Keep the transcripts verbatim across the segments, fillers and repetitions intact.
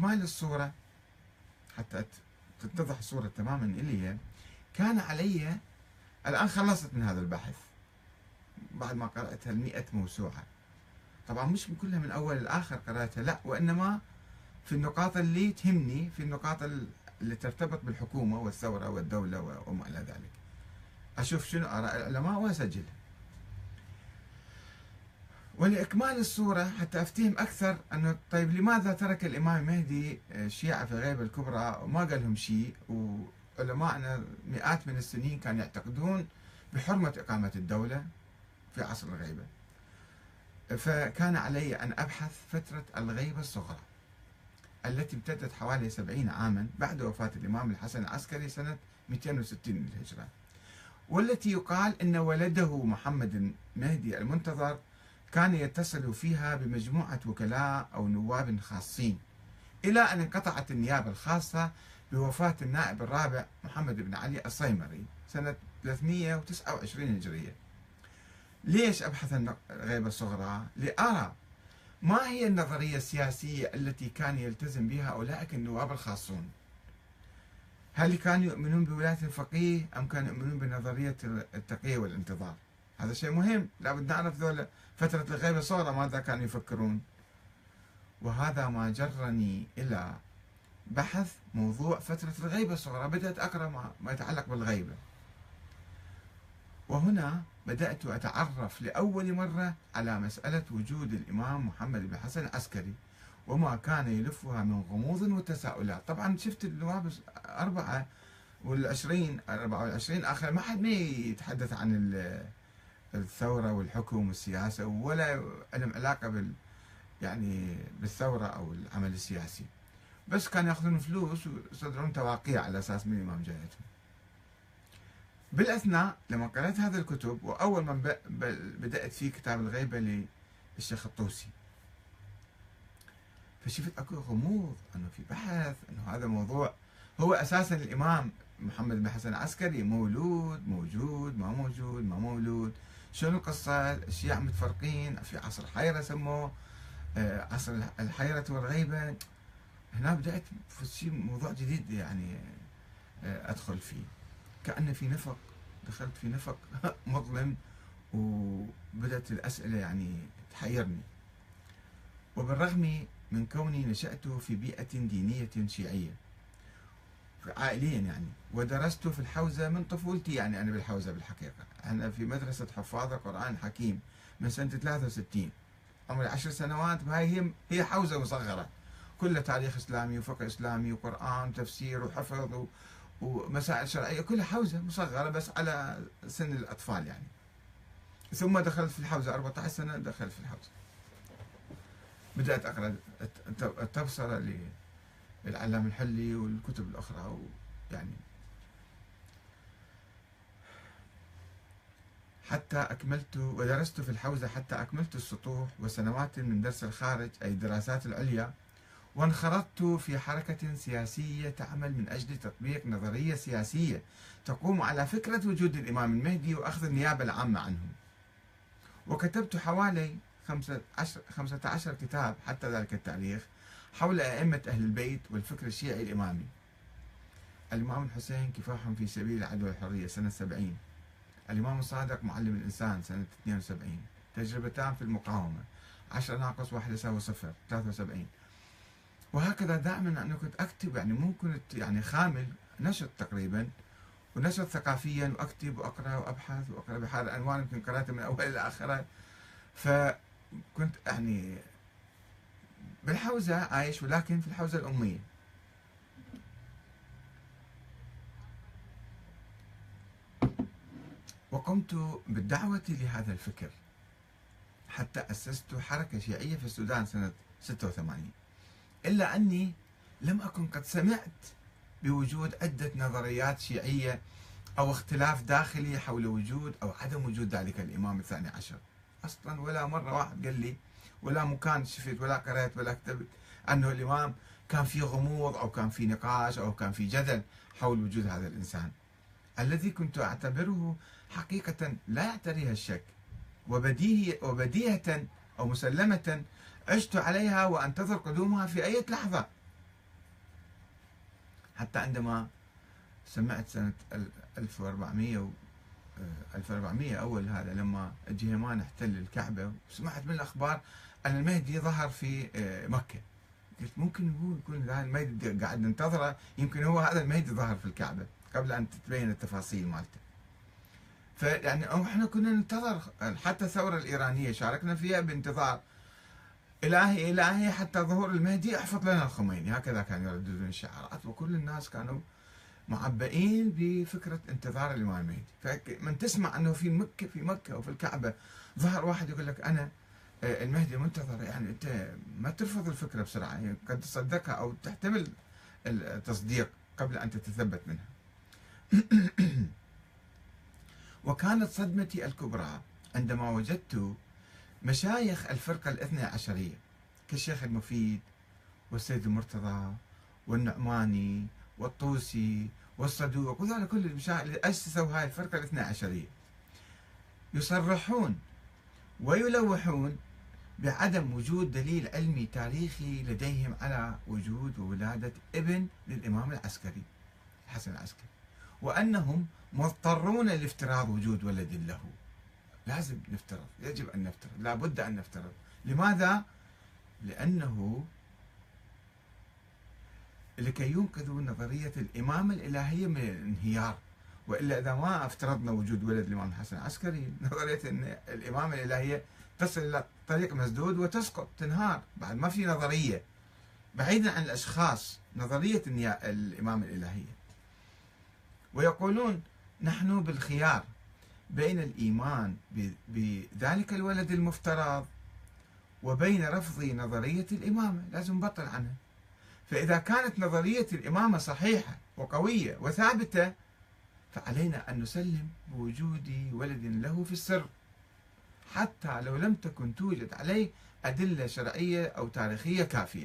لإكمال الصورة حتى تتضح الصورة تماما إلي، كان علي، الآن خلصت من هذا البحث بعد ما قرأتها المئة موسوعة، طبعا مش كلها من أول لآخر قرأتها، لا، وإنما في النقاط اللي تهمني، في النقاط اللي ترتبط بالحكومة والثورة والدولة وما إلى ذلك، أشوف شنو آراء العلماء وأسجلها. ولإكمال الصورة حتى أفتهم أكثر أنه طيب لماذا ترك الإمام المهدي الشيعة في الغيبة الكبرى وما قال لهم شيء، وعلماءنا مئات من السنين كانوا يعتقدون بحرمة إقامة الدولة في عصر الغيبة. فكان علي أن أبحث فترة الغيبة الصغرى التي امتدت حوالي سبعين عاما بعد وفاة الإمام الحسن العسكري سنة مئتين وستين للهجرة، والتي يقال أن ولده محمد المهدي المنتظر كان يتصل فيها بمجموعة وكلاء أو نواب خاصين، إلى أن انقطعت النيابة الخاصة بوفاة النائب الرابع محمد بن علي الصيمري سنة ثلاثمئة وتسعة وعشرين هجرية. ليش أبحث عن الغيبة الصغرى؟ لأرى ما هي النظرية السياسية التي كان يلتزم بها أولئك النواب الخاصون. هل كانوا يؤمنون بولاية الفقيه أم كانوا يؤمنون بنظرية التقية والانتظار؟ هذا شيء مهم، لابد نعرف ذولا فترة الغيبة الصغرى ماذا كانوا يفكرون. وهذا ما جرني إلى بحث موضوع فترة الغيبة الصغرى، بدأت أقرأ ما يتعلق بالغيبة، وهنا بدأت أتعرف لأول مرة على مسألة وجود الإمام محمد بن حسن العسكري وما كان يلفها من غموض وتساؤلات. طبعا شفت النواب أربعة والعشرين أربعة والعشرين آخر ما حد ما يتحدث عن الثورة والحكم والسياسة ولا لهم علاقة بال يعني بالثورة أو العمل السياسي، بس كانوا يأخذون فلوس ويصدرون تواقيع على أساس من الإمام جايتهم. بالأثناء لما قرأت هذه الكتب، وأول ما بدأت في كتاب الغيبة للشيخ الطوسي، فشفت أكو غموض، أنه في بحث أنه هذا الموضوع هو أساسا الإمام محمد بن حسن العسكري مولود موجود ما موجود ما مولود، شنو القصة؟ الشيعة متفرقين في عصر الحيرة سموه عصر الحيرة والغيبة. هنا بدأت في شيء موضوع جديد يعني أدخل فيه، كأن في نفق، دخلت في نفق مظلم، وبدأت الأسئلة يعني تحيرني. وبالرغم من كوني نشأت في بيئة دينية شيعية عائليا يعني، ودرست في الحوزة من طفولتي، يعني أنا بالحوزة بالحقيقة أنا في مدرسة حفاظ القرآن الحكيم من سنة ثلاثة وستين، عمري عشر سنوات، وهي هي هي حوزة مصغرة كلها تاريخ إسلامي وفقه إسلامي وقرآن وتفسير وحفظ و... ومسائل شرعية، كلها حوزة مصغرة بس على سن الأطفال يعني. ثم دخلت في الحوزة أربعة عشر سنة، دخلت في الحوزة بدأت أقرأ التبصرة للعلامة الحلي والكتب الأخرى، يعني حتى أكملت ودرست في الحوزة حتى أكملت السطوح وسنوات من درس الخارج أي الدراسات العليا، وانخرطت في حركة سياسية تعمل من أجل تطبيق نظرية سياسية تقوم على فكرة وجود الإمام المهدي وأخذ النيابة العامة عنه. وكتبت حوالي خمسة عشر كتاب حتى ذلك التاريخ حول أئمة أهل البيت والفكر الشيعي الإمامي. الإمام الحسين كفاح في سبيل العدل والحرية سنة سبعين، الإمام الصادق معلم الإنسان سنة اثنين وسبعين، تجربتان في المقاومة، عشرة ناقص واحد يساوي صفر ثلاثة وسبعين. وهكذا دائما أنا كنت أكتب، يعني مو كنت يعني خامل نشط تقريبا، ونشط ثقافيا، وأكتب وأقرأ وأبحث وأقرأ بحار الأنوار، يمكن قرأته من أول إلى آخره. فكنت يعني بالحوزة عايش، ولكن في الحوزة الأمية. وقمت بالدعوة لهذا الفكر حتى أسست حركة شيعية في السودان سنة ستة وثمانين، إلا أني لم أكن قد سمعت بوجود عدة نظريات شيعية أو اختلاف داخلي حول وجود أو عدم وجود ذلك الإمام الثاني عشر أصلا. ولا مرة واحد قال لي، ولا مكان شفت ولا قرأت ولا كتبت أنه الإمام كان في غموض أو كان في نقاش أو كان في جدل حول وجود هذا الإنسان الذي كنت أعتبره حقيقة لا يعتريها الشك، وبديهية وبديهة أو مسلمة عشت عليها وأنتظر قدومها في أي لحظة. حتى عندما سمعت سنة ألف وأربعمئة و ألف وأربعمئة أول هذا لما الجهيمان احتل الكعبة، وسمعت من الأخبار أن المهدي ظهر في مكة. قلت ممكن هو يكون هذا المهدي قاعد ننتظره، يمكن هو هذا المهدي ظهر في الكعبة قبل أن تتبين التفاصيل مالته. فيعني احنا كنا ننتظر حتى الثورة الإيرانية شاركنا فيها بانتظار إلهي إلهي حتى ظهور المهدي احفظ لنا الخميني، هكذا كانوا يرددون الشعارات، وكل الناس كانوا معبئين بفكرة انتظار الإمام المهدي. فمن تسمع أنه في مكة في مكة وفي الكعبة ظهر واحد يقول لك أنا المهدي منتظر، يعني أنت ما ترفض الفكرة بسرعة، يعني قد تصدقها أو تحتمل التصديق قبل أن تتثبت منها. وكانت صدمتي الكبرى عندما وجدت مشايخ الفرقة الاثنى عشرية كالشيخ المفيد والسيد المرتضى والنعماني والطوسي والصدوق وذلك كل المشايخ اللي أسسوا هاي الفرقة الاثنى عشرية يصرحون ويلوحون بعدم وجود دليل علمي تاريخي لديهم على وجود وولادة ابن للإمام العسكري الحسن العسكري، وأنهم مضطرون لافتراض وجود ولد له. لازم نفترض، يجب أن نفترض، لا بد أن نفترض. لماذا؟ لأنه لكي ينقذوا نظرية الإمامة الإلهية من الانهيار، وإلا إذا ما افترضنا وجود ولد الإمام الحسن العسكري نظرية أن الإمامة الإلهية تصل إلى طريق مسدود وتسقط تنهار، بعد ما في نظرية بعيدا عن الأشخاص، نظرية الإمامة الإلهية. ويقولون نحن بالخيار بين الإيمان بذلك الولد المفترض وبين رفض نظرية الإمامة، لازم نبطل عنها. فإذا كانت نظرية الإمامة صحيحة وقوية وثابتة فعلينا أن نسلم بوجود ولد له في السر، حتى لو لم تكن توجد عليه أدلة شرعية أو تاريخية كافية.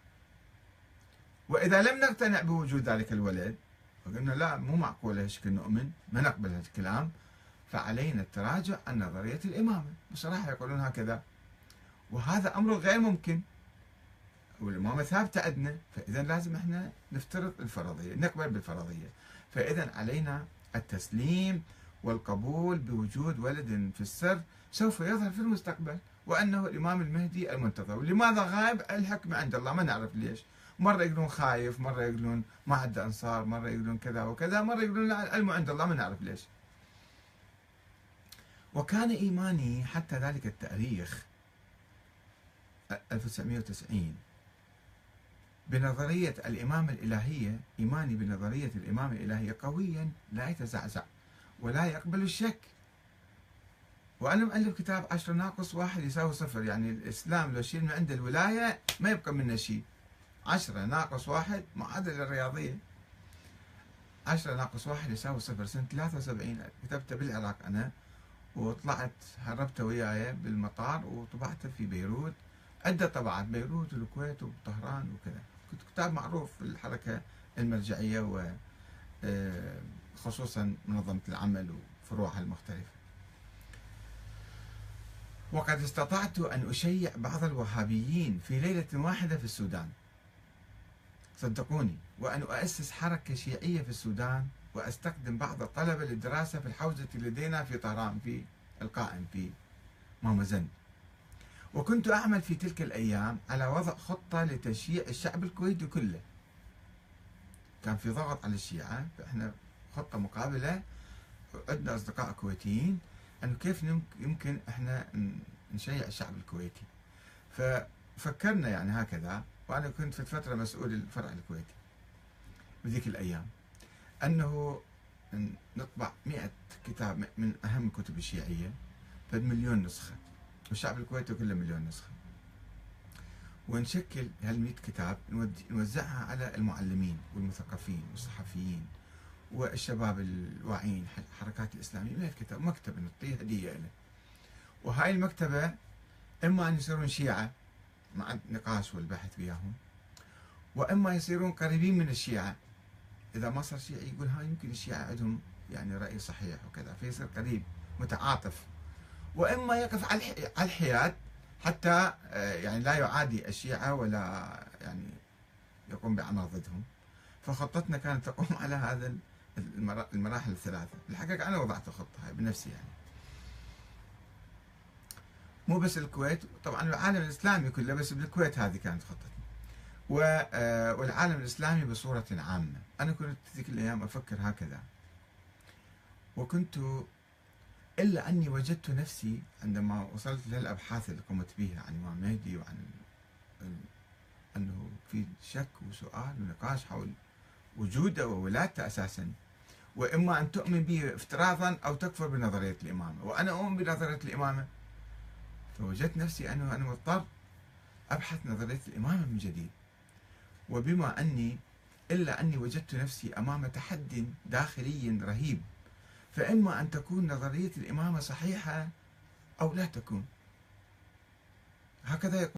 وإذا لم نقتنع بوجود ذلك الولد وقلنا لا مو معقول هالشكل نؤمن، ما نقبل هذا الكلام، فعلينا التراجع عن نظرية الإمامة. بصراحة يقولون هكذا، وهذا أمر غير ممكن، والإمامة ثابتة عندنا، فإذا لازم احنا نفترض الفرضية، نقبل بالفرضية. فإذا علينا التسليم والقبول بوجود ولد في السر سوف يظهر في المستقبل، وأنه الإمام المهدي المنتظر. ولماذا غائب؟ الحكمة عند الله، ما نعرف ليش. مرة يقولون خايف، مرة يقولون ما عنده أنصار، مرة يقولون كذا وكذا، مرة يقولون لا العلم عند الله، ما نعرف ليش. وكان إيماني حتى ذلك التاريخ ألف وتسعمئة وتسعين بنظرية الإمامة الإلهية، إيماني بنظرية الإمامة الإلهية قويا لا يتزعزع ولا يقبل الشك. وأنا مؤلف كتاب عشرة ناقص واحد يساوي صفر، يعني الإسلام لو شيل من عنده الولاية ما يبقى منه شيء. عشرة ناقص واحد معادلة الرياضية، عشرة ناقص واحد يساوي صفر. سنة ثلاثة وسبعين كتبته بالعراق أنا، وطلعت هربته وياي بالمطار وطبعته في بيروت، عدة طبعات، بيروت والكويت وطهران وكذا. كنت كتاب معروف في الحركة المرجعية وخصوصا منظمة العمل وفروعها المختلفة. وقد استطعت أن أشيع بعض الوهابيين في ليلة واحدة في السودان، صدقوني، وأن أؤسس حركة شيعية في السودان، وأستخدم بعض الطلبة للدراسة في الحوزة لدينا في طهران في القائم في مامزن. وكنت أعمل في تلك الأيام على وضع خطة لتشييع الشعب الكويتي كله. كان في ضغط على الشيعة، فإحنا خطة مقابلة، عندنا أصدقاء كويتيين، أنه كيف يمكن إحنا نشيع الشعب الكويتي. ففكرنا يعني هكذا، وأنا كنت في فترة مسؤول الفرع الكويتي بذيك الأيام، أنه نطبع مئة كتاب من أهم الكتب الشيعية بمليون نسخة، والشعب الكويتي كله مليون نسخة، ونشكل هالمئة كتاب نوزعها على المعلمين والمثقفين والصحفيين والشباب الواعيين، الحركات الإسلامية. مئة كتاب، مكتبة نعطيه هدية له. وهاي المكتبة إما أن يصيرون شيعة مع النقاش والبحث وياهم، وإما يصيرون قريبين من الشيعة. إذا ما صار شيعي يقول ها يمكن الشيعة عندهم يعني رأي صحيح وكذا، فيصير قريب متعاطف. وإما يقف على الحياد حتى يعني لا يعادي الشيعة ولا يعني يقوم بأعمال ضدهم. فخطتنا كانت تقوم على هذا المراحل الثلاثة. الحقيقة أنا وضعت الخطة هاي بنفسي يعني، مو بس الكويت، طبعا العالم الإسلامي كله، بس بالكويت هذه كانت خطتنا، والعالم الإسلامي بصورة عامة. أنا كنت ذيك الأيام أفكر هكذا، وكنت إلا أني وجدت نفسي عندما وصلت للأبحاث اللي قمت بها عن الإمام مهدي، وعن أنه في شك وسؤال ونقاش حول وجوده وولادته أساسا، وإما أن تؤمن به افتراضا أو تكفر بنظرية الإمامة، وأنا أؤمن بنظرية الإمامة. فوجدت نفسي أنه أنا مضطر أبحث نظرية الإمامة من جديد. وبما أني إلا أني وجدت نفسي أمام تحدي داخلي رهيب، فإما أن تكون نظرية الإمامة صحيحة أو لا تكون. هكذا يقول